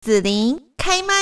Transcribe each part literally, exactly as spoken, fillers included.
子琳开麦，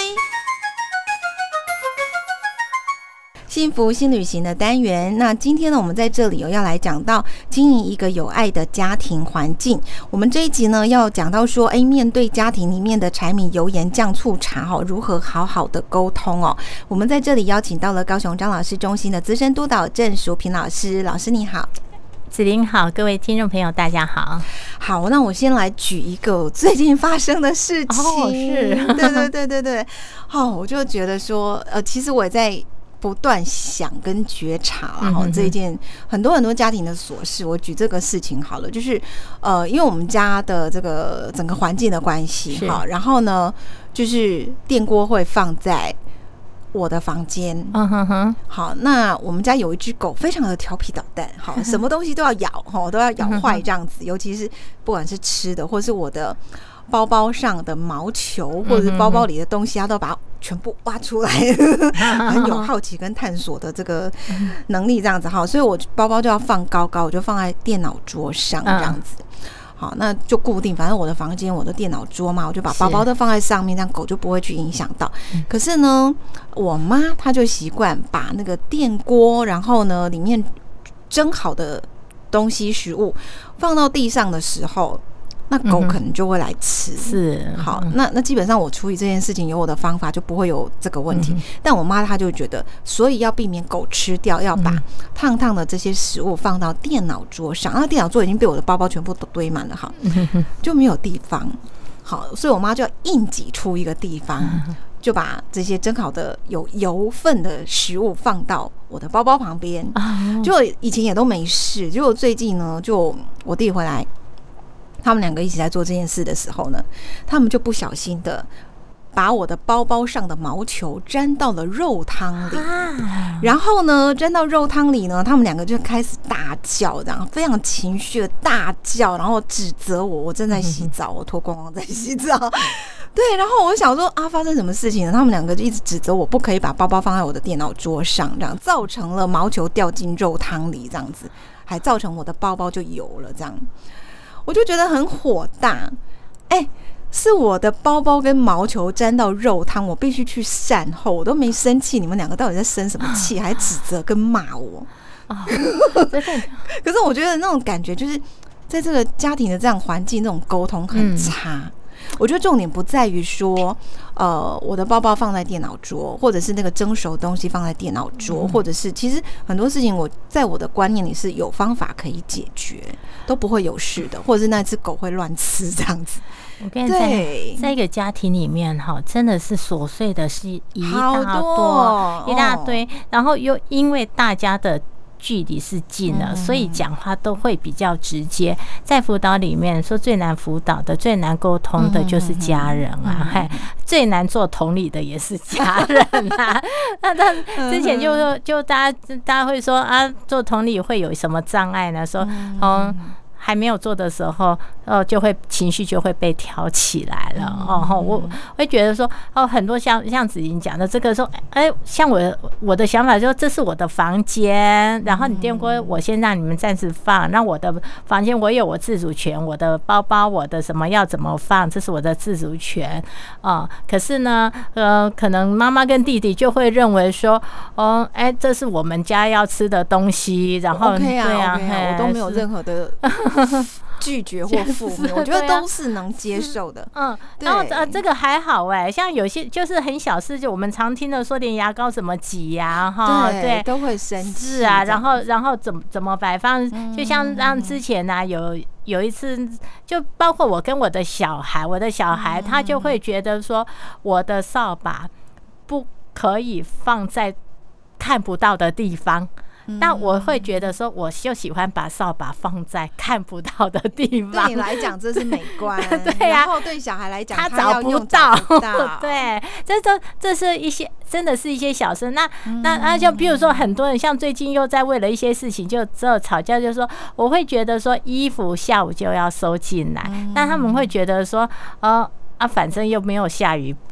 幸福新旅行的单元。那今天呢，我们在这里有要来讲到经营一个有爱的家庭环境。我们这一集呢，要讲到说，哎，面对家庭里面的柴米油盐酱醋茶哦，如何好好的沟通哦。我们在这里邀请到了高雄张老师中心的资深督导郑淑萍老师，老师你好。 子琳好，各位听众朋友大家好。 好，那我先来举一个最近发生的事情。 哦，是， 对对对对对。哦，我就觉得说，呃，其实我也在不断想跟觉察啦，哈、嗯，这一件很多很多家庭的琐事。我举这个事情好了，就是呃，因为我们家的这个整个环境的关系，哈，然后呢，就是电锅会放在我的房间，嗯哼哼，好，那我们家有一只狗，非常的调皮捣蛋，好，什么东西都要咬，哈，都要咬坏这样子，尤其是不管是吃的，或是我的包包上的毛球，或者是包包里的东西，它都把它全部挖出来，很有好奇跟探索的这个能力，这样子，哈，所以我包包就要放高高，我就放在电脑桌上这样子。好，那就固定，反正我的房间，我的电脑桌嘛，我就把包包都放在上面，这样狗就不会去影响到。可是呢，我妈她就习惯把那个电锅，然后呢里面蒸好的东西食物放到地上的时候，那狗可能就会来吃。是，好，那那基本上我处理这件事情有我的方法，就不会有这个问题。嗯、但我妈她就觉得，所以要避免狗吃掉，要把烫烫的这些食物放到电脑桌上。那电脑桌已经被我的包包全部都堆满了，哈，就没有地方。好，所以我妈就要硬挤出一个地方，就把这些蒸好的有油分的食物放到我的包包旁边。就以前也都没事，结果最近呢，就我弟回来。他们两个一起在做这件事的时候呢，他们就不小心的把我的包包上的毛球沾到了肉汤里，啊、然后呢，沾到肉汤里呢，他们两个就开始大叫，这样非常情绪的大叫，然后指责我，我正在洗澡，我脱光光在洗澡。对，然后我想说啊，发生什么事情呢？他们两个就一直指责我不可以把包包放在我的电脑桌上，这样造成了毛球掉进肉汤里，这样子，还造成我的包包就油了，这样。我就觉得很火大，哎、欸，是我的包包跟毛球沾到肉汤，我必须去善后，我都没生气，你们两个到底在生什么气？还指责跟骂我啊！可是我觉得那种感觉，就是在这个家庭的这样环境，这种沟通很差。嗯，我觉得重点不在于说，呃，我的包包放在电脑桌，或者是那个蒸熟东西放在电脑桌，或者是其实很多事情我在我的观念里是有方法可以解决，都不会有事的，或者是那只狗会乱吃这样子。 我跟你讲，在一个家庭里面哈，真的是琐碎的是一大多一大堆，然后又因为大家的距离是近了，所以讲话都会比较直接。在辅导里面说，最难辅导的、最难沟通的就是家人啊，嗯、最难做同理的也是家人啊。那他之前就说，就大家大家会说啊，做同理会有什么障碍呢？说哦。还没有做的时候，哦，就会情绪就会被挑起来了哦。我会觉得说，哦，很多像像子琳讲的这个说，哎，像我我的想法说，这是我的房间，然后你电锅我先让你们暂时放，让我的房间我有我自主权，我的包包我的什么要怎么放，这是我的自主权啊、哦。可是呢，呃，可能妈妈跟弟弟就会认为说，哦，哎，这是我们家要吃的东西，然后 OK 啊， 对啊， okay 啊我都没有任何的。拒绝或负面，我觉得都是能接受的。嗯， 然后呃，这个还好哎、欸，像有些就是很小事，就我们常听的说连牙膏怎么挤呀，哈，对， 都会生气。 是啊，然后然后怎么怎么摆放，就像让之前呢、啊、有有一次，就包括我跟我的小孩，我的小孩他就会觉得说，我的扫把不可以放在看不到的地方。但我会觉得说，我就喜欢把扫把放在看不到的地方。 对你来讲，这是美观。 对呀、啊， 然后对小孩来讲， 他找不到。 找不到对，这这这是一些真的是一些小事。那那那就比如说，很多人像最近又在为了一些事情就只有吵架，就说我会觉得说，衣服下午就要收进来，但他们会觉得说，呃。啊，反正又没有下雨，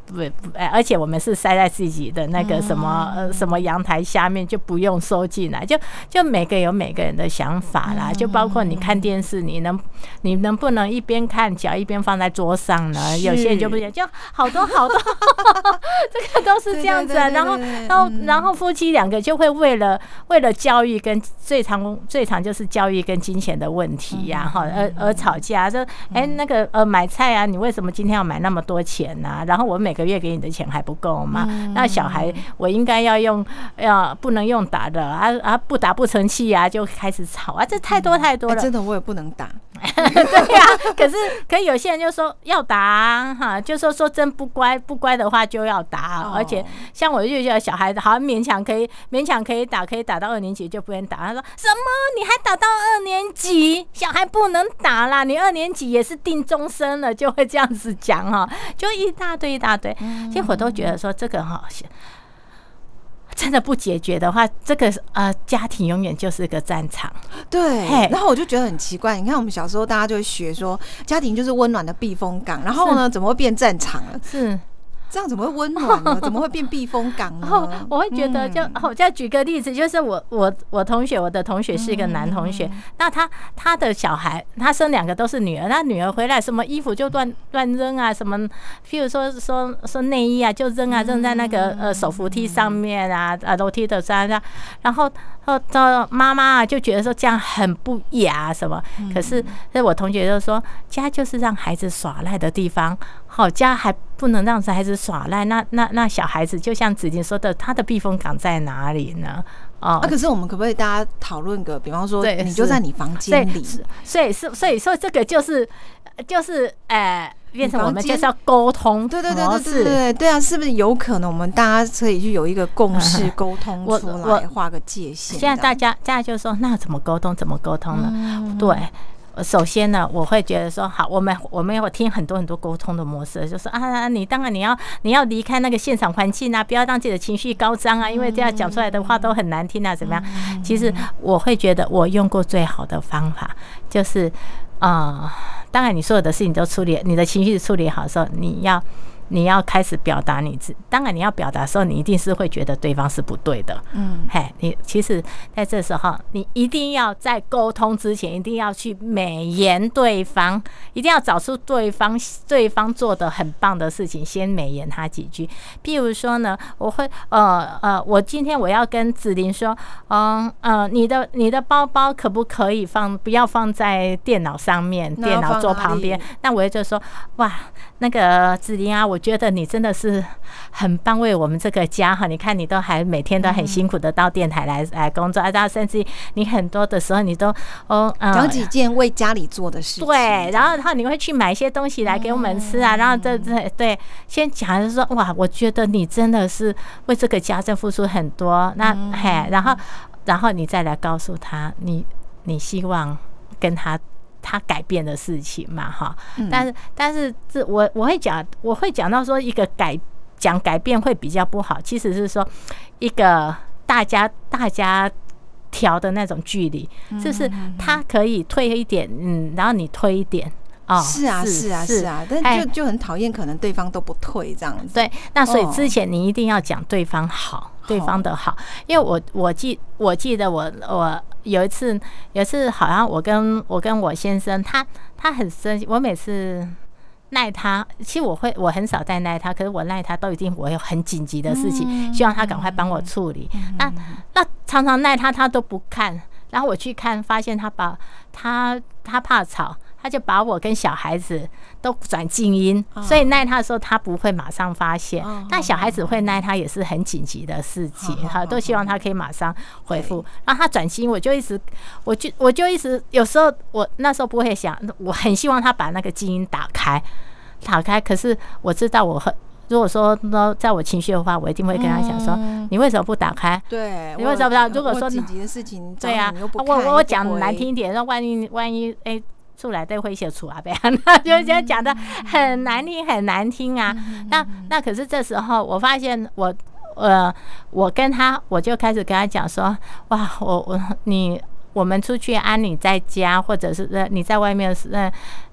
不不，而且我们是塞在自己的那个什么、嗯、什么阳台下面，就不用收进来，就就每个有每个人的想法啦，就包括你看电视，你能你能不能一边看脚一边放在桌上呢？有些人就不行，就好多好多，这个都是这样子啊。然后然后然后夫妻两个就会为了为了教育跟最常最常就是教育跟金钱的问题呀、啊，哈、嗯，而而吵架，说哎、欸、那个呃买菜啊，你为什么今天要买那么多钱啊？然后我每个月给你的钱还不够吗？嗯、那小孩我应该要用要不能用打的啊啊不打不成器啊，就开始吵啊，这太多太多了。嗯欸、 真的我也不能打。 对呀、啊，可是可是有些人就说要打啊，哈，就说说真不乖不乖的话就要打、哦，而且像我就觉得小孩子好像勉强可以勉强可以打，可以打到二年级就不能打。他说什么？你还打到二年级？小孩不能打啦！你二年级也是定终身了，就会这样子讲哈，就一大堆一大堆。其实我都觉得说这个哈。真的不解决的话，这个呃家庭永远就是个战场。 对，然后我就觉得很奇怪，你看我们小时候大家就会学说，家庭就是温暖的避风港，然后呢，怎么会变战场了？ 是。 这样怎么会温暖呢？怎么会变避风港呢？ 哦、我会觉得就，就、嗯、我再举个例子，就是我我我同学，我的同学是一个男同学，嗯、那他他的小孩，他生两个都是女儿，那女儿回来什么衣服就乱乱扔啊，什么，譬如说说说内衣啊，就扔啊，扔在那个呃手扶梯上面啊，啊楼梯的上啊，然后后到妈妈啊就觉得说这样很不雅什么，嗯、可是所以我同学就说，家就是让孩子耍赖的地方，好，家还不能让孩子耍赖，那那那小孩子就像子婷说的，他的避风港在哪里呢？哦， 啊，可是我们可不可以大家讨论个，比方说，你就在你房间里， 所以是所以说这个就是就是呃，变成我们就是要沟通， 对对对对对对对啊，是不是有可能我们大家可以去有一个共识沟通出来，画个界限？ 现在大家大家就说，那怎么沟通？怎么沟通呢？嗯、对。首先呢，我会觉得说，好，我们我们有听很多很多沟通的模式，就是啊，你当然你要你要离开那个现场环境啊，不要让自己的情绪高涨啊，因为这样讲出来的话都很难听啊，怎么样？其实我会觉得我用过最好的方法就是啊、呃，当然你所有的事情都处理，你的情绪处理好的时候，你要。你要开始表达你自，当然你要表达的时候，你一定是会觉得对方是不对的。嗯，嘿，你其实在这时候，你一定要在沟通之前，一定要去美言对方，一定要找出对方对方做的很棒的事情，先美言他几句。譬如说呢，我会呃呃，我今天我要跟子琳说，嗯呃，你的你的包包可不可以放，不要放在电脑上面，电脑桌旁边？那我就说，哇，那个子琳啊，我。我觉得你真的是很棒，为我们这个家哈，你看你都还每天都很辛苦的到电台来来工作，啊，甚至你很多的时候你都哦讲、呃、几件为家里做的事情， 对，然后然后你会去买一些东西来给我们吃啊，嗯、然后这这对，先讲就是说哇，我觉得你真的是为这个家政付出很多，那、嗯、嘿，然后然后你再来告诉他，你你希望跟他。他改变的事情嘛，哈，但是但是这我我会讲，我会讲到说一个改讲改变会比较不好，其实是说一个大家大家调的那种距离，就是他可以退一点，嗯，然后你推一点。 哦，是啊，是啊，是啊，但就就很讨厌，可能对方都不退这样子。 对，那所以之前你一定要讲对方好，对方的好，因为我我记我记得我我有一次有一次好像我跟我跟我先生他他很生气，我每次赖他，其实我会我很少在赖他，可是我赖他都一定我有很紧急的事情，希望他赶快帮我处理。那那常常赖他他都不看，然后我去看发现他把他他怕吵。他就把我跟小孩子都转静音，所以赖他的时候他不会马上发现。那小孩子会赖他也是很紧急的事情，哈，都希望他可以马上回复。然后他转静音，我就一直，我就我就一直，有时候我那时候不会想，我很希望他把那个静音打开，打开。可是我知道我很。如果说在我情绪的话，我一定会跟他讲说，嗯、你为什么不打开？ 对， 你为什么不打？如果说紧急的事情， 对啊，我我讲难听一点，说万一万一哎。欸出来都会写出啊，那就就讲的很难听，很难听啊。那那可是这时候，我发现我呃，我跟他，我就开始跟他讲说，哇，我我你我们出去啊，你在家或者是你在外面，呃，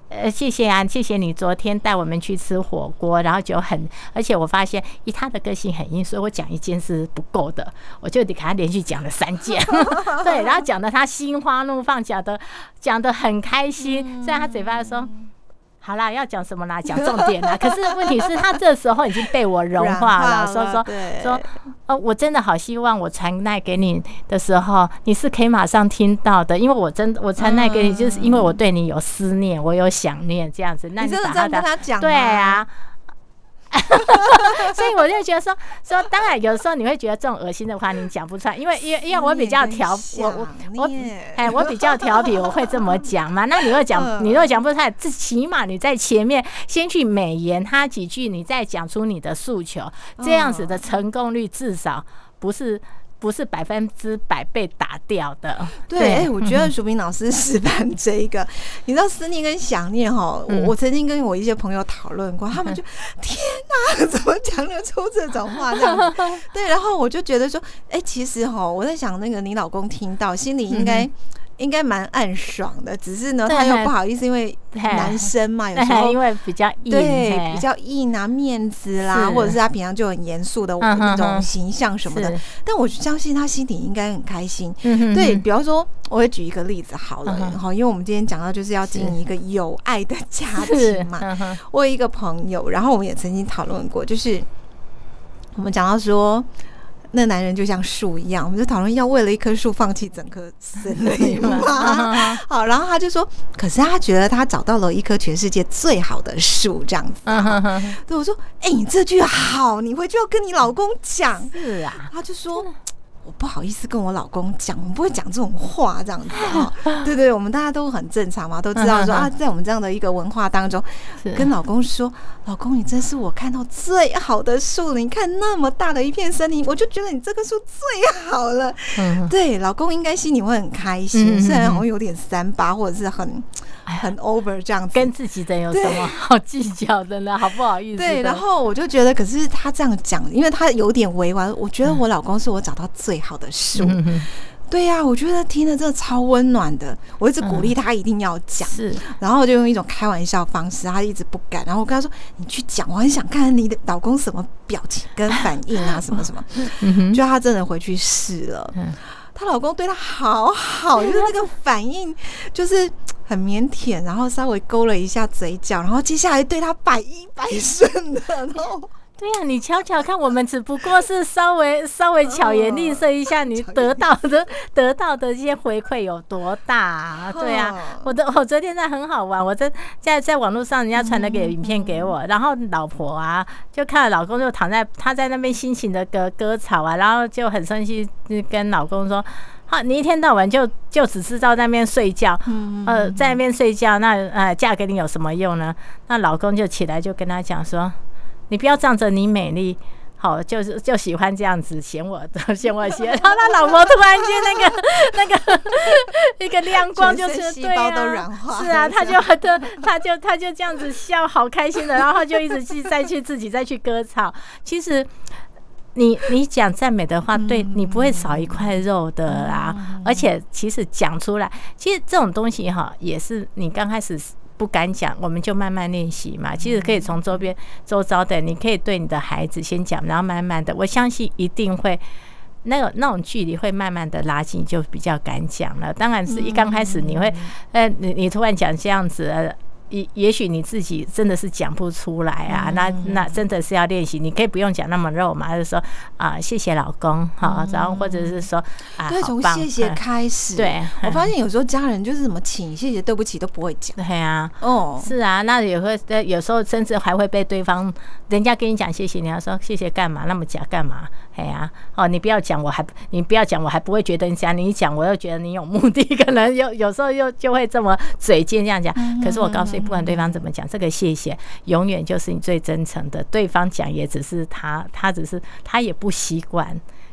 呃，谢谢啊，谢谢你昨天带我们去吃火锅，然后就很，而且我发现以他的个性很硬，所以我讲一件是不够的，我就得给他连续讲了三件，对，然后讲的他心花怒放，讲的讲的很开心，虽然他嘴巴说。好啦，要讲什么啦？讲重点啦。可是问题是，他这时候已经被我融化了，说说说，哦，我真的好希望我传赖给你的时候，你是可以马上听到的，因为我真我传赖给你，就是因为我对你有思念，我有想念这样子。那你真的这样跟他讲吗？ 对啊。所以我就觉得说说，当然有时候你会觉得这种恶心的话你讲不出来，因为因为因为我比较调我我我哎我比较调皮，我会这么讲嘛。那你会讲，你如果讲不出来，最起码你在前面先去美言他几句，你再讲出你的诉求，这样子的成功率至少不是。不是百分之百被打掉的。 对，哎、欸，我觉得淑萍老师示范这一个，嗯、你知道思念跟想念哈、嗯，我我曾经跟我一些朋友讨论过，他们就、嗯、天哪，怎么讲得出这种话这样子？对，然后我就觉得说，哎、欸，其实哈，我在想那个你老公听到心里应该。嗯应该蛮暗爽的，只是呢，他又不好意思，因为男生嘛，有时候因为比较硬， 对，比较硬啊，面子啦，或者是他平常就很严肃的那种形象什么的。但我相信他心里应该很开心。对，比方说，我会举一个例子好了，哈，因为我们今天讲到就是要经营一个有爱的家庭嘛。我有一个朋友，然后我们也曾经讨论过，就是我们讲到说。那男人就像树一样，我们就讨论要为了一棵树放弃整棵森林吗？好，然后他就说，可是他觉得他找到了一棵全世界最好的树，这样子。对，我说，哎、欸，你这句好，你回去要跟你老公讲。 是啊， 他就说。我不好意思跟我老公讲，我们不会讲这种话，这样子哈。对对，我们大家都很正常嘛，都知道说啊，在我们这样的一个文化当中，跟老公说，老公，你真是我看到最好的树了，你看那么大的一片森林，我就觉得你这棵树最好了。嗯、对，老公应该心里会很开心，嗯、虽然好像有点三八或者是很。很 over 这样子， 跟自己的有什么好计较的呢？好不好意思？ 对，然后我就觉得，可是他这样讲，因为他有点委婉，我觉得我老公是我找到最好的树。嗯、对呀、啊，我觉得听了真的超温暖的。我一直鼓励他一定要讲，是、嗯，然后就用一种开玩笑方式，他一直不敢。然后我跟他说：“你去讲，我很想看看你的老公什么表情跟反应啊，什么什么。嗯”就他真的回去试了。嗯，她老公对她好好，就是那个反应就是很腼腆，然后稍微勾了一下嘴角，然后接下来对她百依百顺的，然后。 对呀、啊，你瞧瞧看，我们只不过是稍微稍微巧言厉色一下，你得到的得到的这些回馈有多大啊？对啊，我的我昨天在很好玩，我在在在网络上人家传了个影片给我，然后老婆啊就看了老公就躺在他在那边辛勤的割割草啊，然后就很生气，就跟老公说。好，你一天到晚就就只知道在那边睡觉，呃，在那边睡觉，那呃嫁给你有什么用呢？那老公就起来就跟他讲说。你不要仗着你美丽，好就是就喜欢这样子嫌我的嫌我嫌，然后他老婆突然间那个那个一个亮光就是对啊，是啊，他就他他就他就这样子笑，好开心的，然后他就一直去再去自己再去割草。其实你你讲赞美的话，对你不会少一块肉的啦，而且其实讲出来，其实这种东西哈，也是你刚开始。不敢讲，我们就慢慢练习嘛。其实可以从周边、周遭的，你可以对你的孩子先讲，然后慢慢的，我相信一定会那个那种距离会慢慢的拉近，就比较敢讲了。当然是一刚开始你会，呃，你你突然讲这样子。呃也也许你自己真的是讲不出来啊，那那真的是要练习。你可以不用讲那么肉嘛，就是说啊，谢谢老公，好，然后或者是说啊， 对，从谢谢开始。对，我发现有时候家人就是什么请、谢谢、对不起都不会讲。 对啊，哦，是啊，那也会有时候甚至还会被对方人家跟你讲谢谢，你要说谢谢干嘛？那么假干嘛？哎呀，哦，你不要讲，我还你不要讲，我还不会觉得你讲，你讲我又觉得你有目的，可能有有时候又就会这么嘴贱这样讲。可是我告诉你。不管对方怎么讲，这个谢谢永远就是你最真诚的。对方讲也只是他，他只是他也不习惯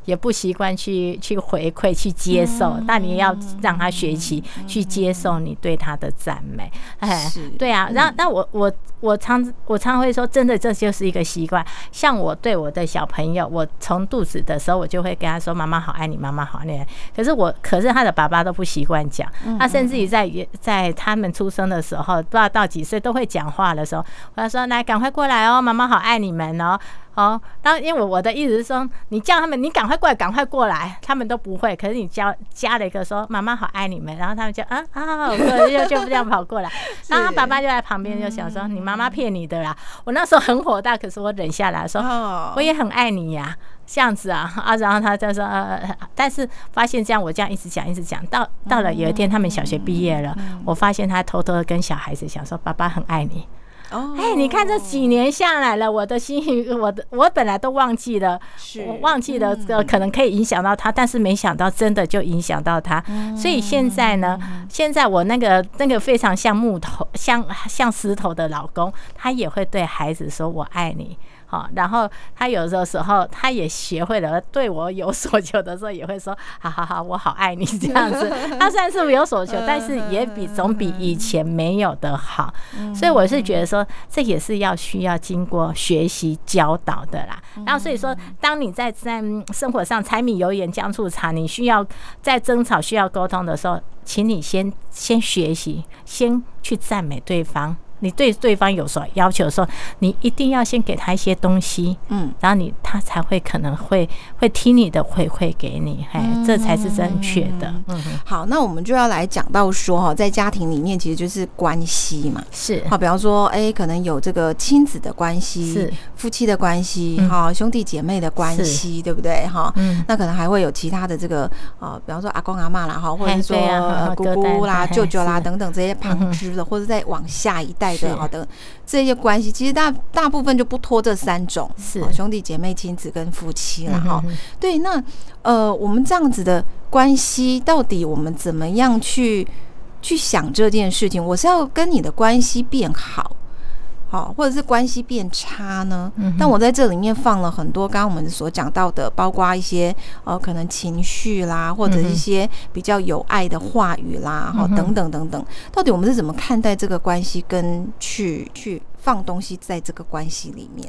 也不习惯去去回馈去接受，那你要让他学习去接受你对他的赞美。哎，对啊，然后那我我我常我常会说，真的这就是一个习惯。像我对我的小朋友，我从肚子的时候，我就会跟他说：“妈妈好爱你，妈妈好爱你。”可是我可是他的爸爸都不习惯讲，他甚至于在在他们出生的时候，不知道到几岁都会讲话的时候，我要说：“来，赶快过来哦，妈妈好爱你们哦。”哦，然后因为我的意思是说，你叫他们，你赶快过来，赶快过来，他们都不会。可是你教加了一个说妈妈好爱你们，然后他们就啊啊，就就这样跑过来。然后他爸爸就在旁边就想说，你妈妈骗你的啦。我那时候很火大，可是我忍下来说，我也很爱你呀、啊，这样子啊啊。然后他就说，呃，但是发现这样我这样一直讲一直讲，到到了有一天他们小学毕业了，我发现他偷偷的跟小孩子讲说，爸爸很爱你。哎、欸，你看这几年下来了，我的心，我的我本来都忘记了，我忘记了，可能可以影响到他，但是没想到真的就影响到他。所以现在呢，现在我那个那个非常像木头、像像石头的老公，他也会对孩子说“我爱你”。好，然后他有的时候他也学会了对我有所求的时候，也会说：“好好好，我好爱你。”这样子，他虽然是有所求，但是也比总比以前没有的好。所以我是觉得说，这也是要需要经过学习教导的啦。然后所以说，当你在在生活上柴米油盐酱醋茶，你需要在争吵、需要沟通的时候，请你先先学习，先去赞美对方。你对对方有所要求的时候，你一定要先给他一些东西，嗯，然后你他才会可能会会听你的回馈给你，哎，这才是正确的。嗯， 好，那我们就要来讲到说哈，在家庭里面其实就是关系嘛， 是好，比方说，哎、欸，可能有这个亲子的关系，是夫妻的关系，哈、嗯，兄弟姐妹的关系，对不对？哈，嗯，那可能还会有其他的这个呃，比方说阿公阿嬷啦，哈，或者是说、呃、姑姑啦、舅舅啦等等这些旁支的，或者再往下一代。好的，这些关系其实大大部分就不脱这三种，是兄弟姐妹、亲子跟夫妻啦。哈、嗯，对，那呃，我们这样子的关系，到底我们怎么样去去想这件事情？我是要跟你的关系变好，好，或者是关系变差呢？嗯、但我在这里面放了很多刚刚我们所讲到的，包括一些呃可能情绪啦，或者一些比较有爱的话语啦，哈、嗯，等等等等。到底我们是怎么看待这个关系，跟去去放东西在这个关系里面？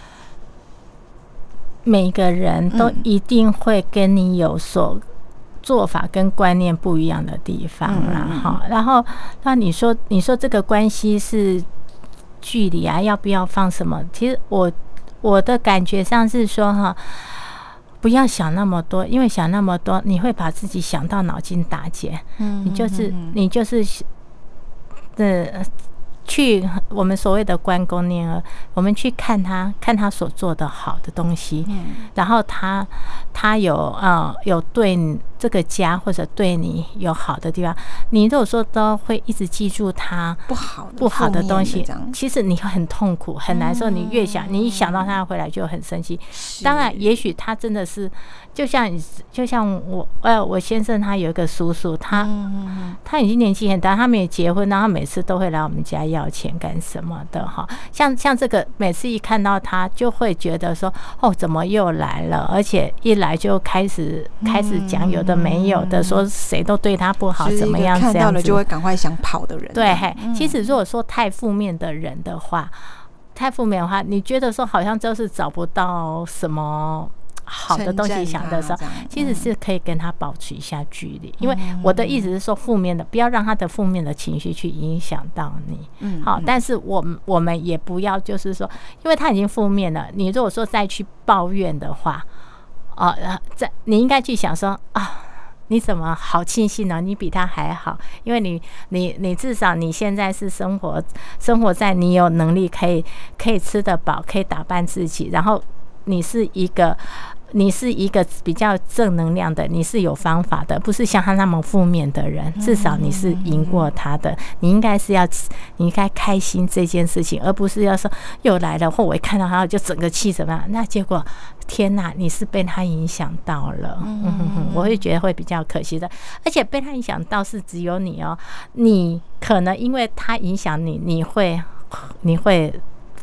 每个人都一定会跟你有所做法跟观念不一样的地方啦，哈、嗯。然后，那你说，你说这个关系是距离啊，要不要放什么？其实我我的感觉上是说哈，不要想那么多，因为想那么多，你会把自己想到脑筋打结。嗯，你就是你就是呃。去我们所谓的关公念儿，我们去看他，看他所做的好的东西，嗯、然后他他有呃有对这个家或者对你有好的地方，你如果说都会一直记住他不好不好的东西，其实你很痛苦很难受。你越想，你一想到他回来就很生气。当然，也许他真的是就像就像我呃我先生他有一个叔叔，他他已经年纪很大，他没有结婚，然后每次都会来我们家要钱干什么的哈，像像这个每次一看到他就会觉得说哦怎么又来了，而且一来就开始开始讲有的没有的，说谁都对他不好怎么样， 看到了就会赶快想跑的人。 对，其实如果说太负面的人的话，太负面的话，你觉得说好像就是找不到什么好的东西想的时候，其实是可以跟他保持一下距离，因为我的意思是说，负面的不要让他的负面的情绪去影响到你。嗯，好，但是我们我们也不要就是说，因为他已经负面了，你如果说再去抱怨的话，哦，在你应该去想说啊。你怎么好庆幸呢？你比他还好，因为你你你至少你现在是生活生活在你有能力可以可以吃得饱，可以打扮自己，然后你是一个你是一个比较正能量的，你是有方法的，不是像他那么负面的人，至少你是赢过他的。你应该是要你应该开心这件事情，而不是要说又来了，或我一看到他就整个气怎么样，那结果天哪，你是被他影响到了。嗯哼哼，我会觉得会比较可惜的，而且被他影响到是只有你哦，你可能因为他影响你，你会你会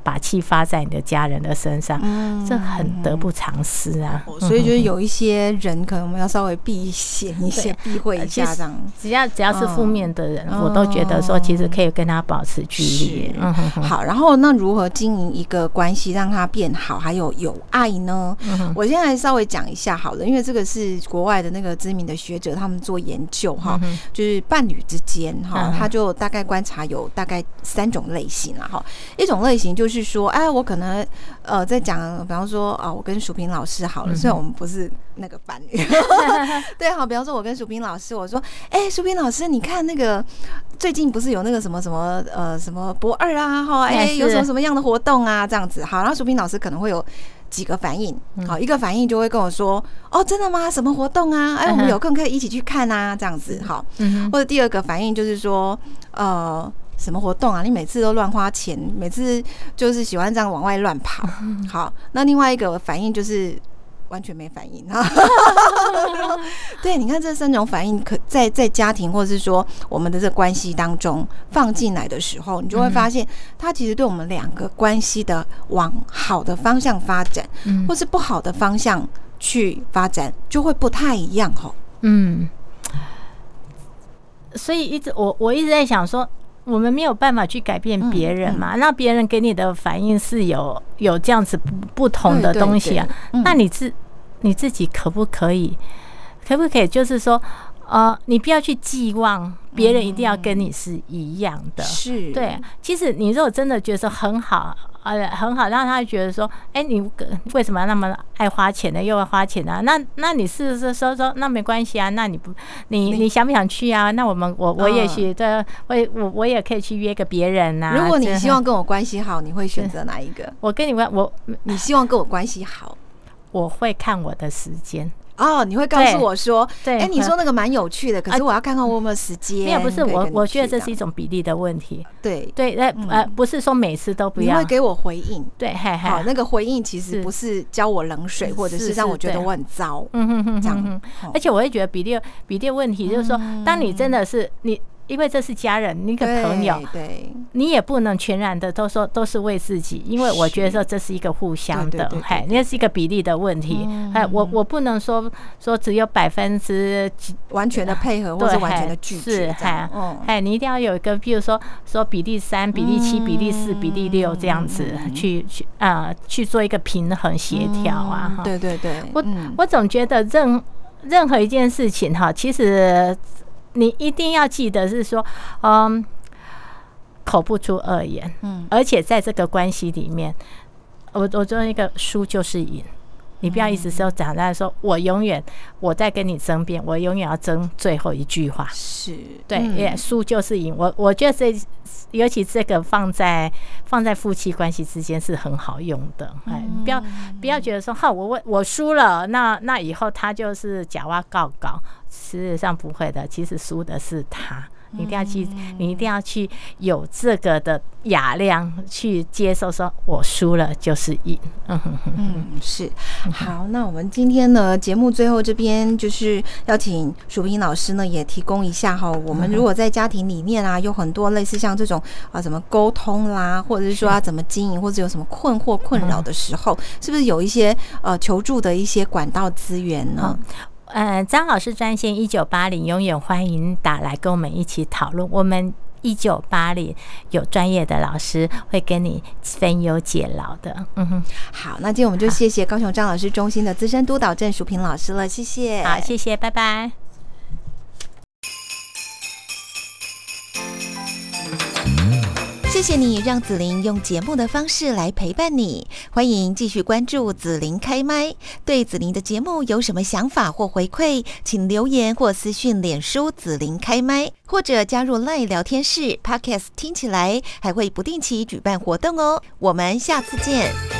把气发在你的家人的身上，嗯、这很得不偿失啊。 嗯、所以就是有一些人可能我们要稍微避嫌一些，避讳一下这样。 只要只要是负面的人、嗯，我都觉得说其实可以跟他保持距离。嗯、 好，然后那如何经营一个关系让它变好，还有有爱呢？嗯、我现在稍微讲一下好了，因为这个是国外的那个知名的学者他们做研究哈、嗯，就是伴侣之间哈，他就大概观察有大概三种类型啦哈。一种类型就是说，哎，我可能呃在讲，比方说啊，我跟淑萍老师好了，虽然我们不是那个伴侣，对，好，比方说我跟淑萍老师，我说，哎，淑萍老师，你看那个最近不是有那个什么什么呃什么博二啊哈，哎，有什么什么样的活动啊这样子，好，然后淑萍老师可能会有几个反应，好，一个反应就会跟我说，哦，真的吗？什么活动啊？哎，我们有空可以一起去看啊，这样子，好，或者第二个反应就是说，呃。什么活动啊？你每次都乱花钱，每次就是喜欢这样往外乱跑。好，那另外一个反应就是完全没反应。对，你看这三种反应，可在在家庭或者是说我们的这个关系当中放进来的时候，你就会发现，它其实对我们两个关系的往好的方向发展，嗯、或是不好的方向去发展，就会不太一样吼。嗯， 所以一直我我一直在想说。我们没有办法去改变别人嘛，嗯嗯、那别人给你的反应是有有这样子不同的东西啊，对对对嗯、那你自你自己可不可以，可不可以就是说，呃，你不要去寄望别人一定要跟你是一样的，嗯、是，对，其实你如果真的觉得很好。呃，很好，让他觉得说，哎、欸，你为什么那么爱花钱呢？又要花钱啊？那那你是不是说说，那没关系啊？那你不，你你想不想去啊？那我们我我也许对，我我我也可以去约个别人啊。 如果你希望跟我关系好，你会选择哪一个？ 我跟你问，我你希望跟我关系好， 我会看我的时间。 哦，你会告诉我说，对，哎、欸，你说那个蛮有趣的，可是我要看看我有没有时间。 没有，不是我，我觉得这是一种比例的问题。 对对，呃、嗯、呃，不是说每次都不要。 你会给我回应， 对，嘿嘿好，那个回应其实不是浇我冷水，或者是让我觉得我很糟，嗯哼哼，这样。 而且我会觉得比例比例问题，就是说，当你真的是你。因为这是家人，你个朋友，对，你也不能全然的都说都是为自己，因为我觉得说这是一个互相的，嘿，那是一个比例的问题，哎、嗯，我我不能说说只有百分之完全的配合，或者完全的拒绝，是， 哎，哎，你一定要有一个，譬如说说比例三、比例七、比例四、比例六这样子去去啊、呃、去做一个平衡协调啊， 嗯、对对对， 我、嗯、我总觉得任任何一件事情哈，其实。你一定要记得是说，嗯，口不出恶言，嗯，而且在这个关系里面，我我做一个输就是赢，你不要一直说讲在说，我永远我在跟你争辩，我永远要争最后一句话， 是对，也输就是赢。我我觉得这尤其这个放在放在夫妻关系之间是很好用的，哎、嗯，不要不要觉得说，哈，我我输了，那那以后他就是假挖告告。事实上不会的，其实输的是他。你一定要去，你一定要去有这个的雅量去接受，说我输了就是赢。嗯哼哼嗯，是。好，那我们今天呢，节目最后这边就是要请淑萍老师呢，也提供一下哈，我们如果在家庭里面啊，有很多类似像这种啊，怎么沟通啦，或者是说要怎么经营，或者有什么困惑困扰的时候，是不是有一些呃求助的一些管道资源呢？ 呃，张老师专线一九八零，永远欢迎打来跟我们一起讨论。我们一九八零有专业的老师会跟你分忧解劳的。嗯哼， 好，那今天我们就谢谢高雄张老师中心的资深督导郑淑萍老师了，谢谢。 好，谢谢，拜拜。 谢谢你让子琳用节目的方式来陪伴你，欢迎继续关注子琳开麦。对子琳的节目有什么想法或回馈，请留言或私讯脸书子琳开麦，或者加入 LINE 聊天室 Podcast 听起来，还会不定期举办活动哦。我们下次见。